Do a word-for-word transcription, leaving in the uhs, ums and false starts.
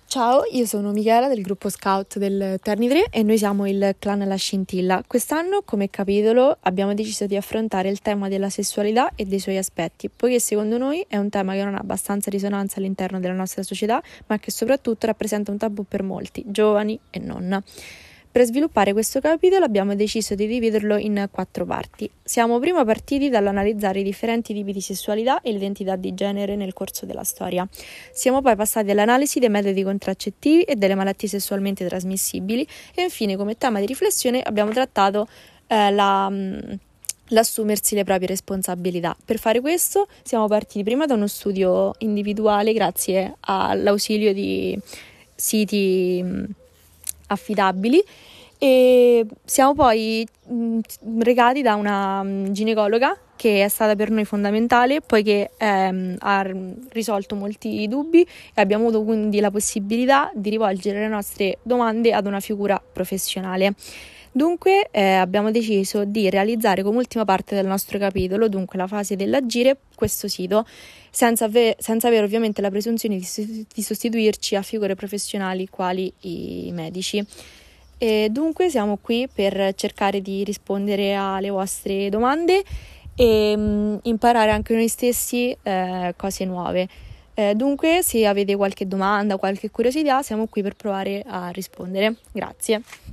Ciao, io sono Michela del gruppo Scout del Terni tre e noi siamo il clan La Scintilla. Quest'anno, come capitolo, abbiamo deciso di affrontare il tema della sessualità e dei suoi aspetti, poiché secondo noi è un tema che non ha abbastanza risonanza all'interno della nostra società, ma che soprattutto rappresenta un tabù per molti, giovani e non. Per sviluppare questo capitolo abbiamo deciso di dividerlo in quattro parti. Siamo prima partiti dall'analizzare i differenti tipi di sessualità e l'identità di genere nel corso della storia. Siamo poi passati all'analisi dei metodi contraccettivi e delle malattie sessualmente trasmissibili e infine, come tema di riflessione, abbiamo trattato eh, la... l'assumersi le proprie responsabilità. Per fare questo siamo partiti prima da uno studio individuale grazie all'ausilio di siti affidabili e siamo poi mh, recati da una mh, ginecologa che è stata per noi fondamentale poiché ehm, ha risolto molti dubbi e abbiamo avuto quindi la possibilità di rivolgere le nostre domande ad una figura professionale. Dunque eh, abbiamo deciso di realizzare come ultima parte del nostro capitolo, dunque la fase dell'agire, questo sito, senza, ave- senza avere ovviamente la presunzione di, di sostituirci a figure professionali quali i medici. E dunque siamo qui per cercare di rispondere alle vostre domande e mh, imparare anche noi stessi eh, cose nuove. Eh, dunque, se avete qualche domanda, qualche curiosità, siamo qui per provare a rispondere. Grazie.